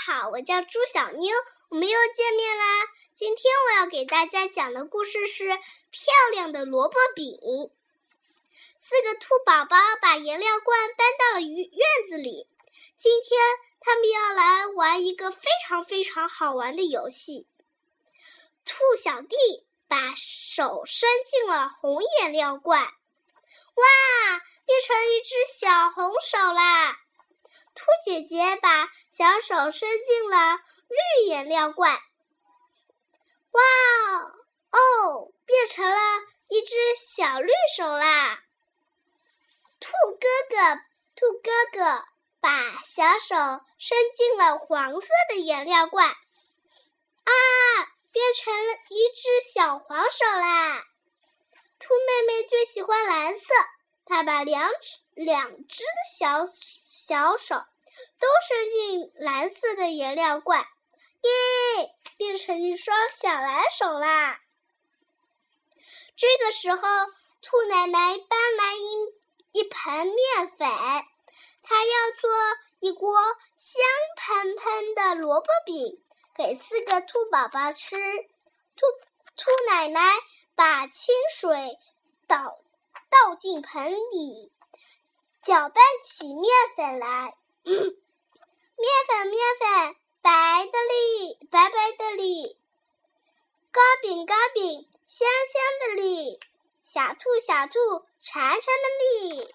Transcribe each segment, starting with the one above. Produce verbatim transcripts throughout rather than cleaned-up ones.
好，我叫朱小妞，我们又见面啦。今天我要给大家讲的故事是《漂亮的萝卜饼》。四个兔宝宝把颜料罐搬到了院子里，今天他们要来玩一个非常非常好玩的游戏。兔小弟把手伸进了红颜料罐，哇，变成一只小红手啦！兔姐姐把小手伸进了绿颜料罐，哇哦，变成了一只小绿手啦！兔哥哥，兔哥哥把小手伸进了黄色的颜料罐，啊，变成了一只小黄手啦！兔妹妹最喜欢蓝色，她把两只两只的小小手都伸进蓝色的颜料罐，耶，变成一双小蓝手啦！这个时候，兔奶奶搬来一一盆面粉，她要做一锅香喷喷的萝卜饼，给四个兔宝宝吃。兔兔奶奶把清水倒倒进盆里，搅拌起面粉来。嗯、面粉面粉，白的哩，白白的哩，糕饼糕饼，香香的哩，小兔小兔，馋馋的哩。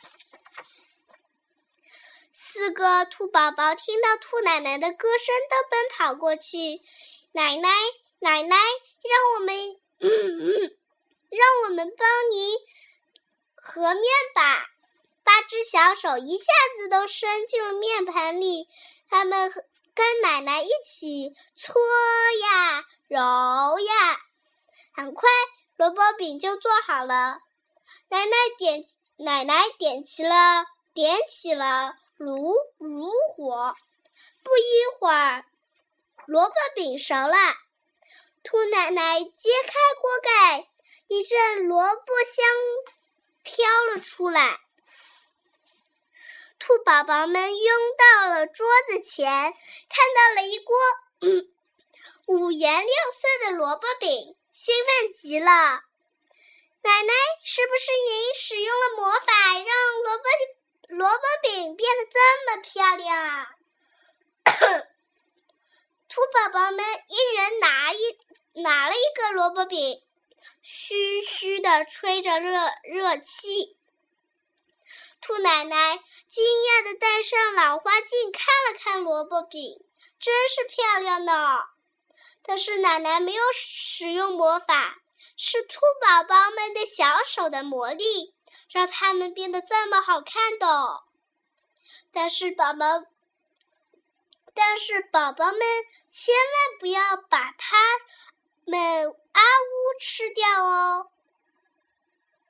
四个兔宝宝听到兔奶奶的歌声，都奔跑过去。奶奶奶奶，让我们嗯嗯让我们帮您和面吧。八只小手一下子都伸进了面盆里，他们跟奶奶一起搓呀揉呀，很快萝卜饼就做好了。奶奶点奶奶点起了点起了炉炉火，不一会儿，萝卜饼熟了。兔奶奶揭开锅盖，一阵萝卜香飘了出来。兔宝宝们拥到了桌子前，看到了一锅、嗯、五颜六色的萝卜饼，兴奋极了。奶奶，是不是您使用了魔法，让萝卜萝卜饼变得这么漂亮啊？兔宝宝们一人拿一拿了一个萝卜饼，嘘嘘地吹着热热气。兔奶奶惊讶地戴上老花镜，看了看萝卜饼，真是漂亮呢。但是奶奶没有使用魔法，是兔宝宝们的小手的魔力，让它们变得这么好看的。但是宝宝，但是宝宝们千万不要把它们啊呜吃掉哦。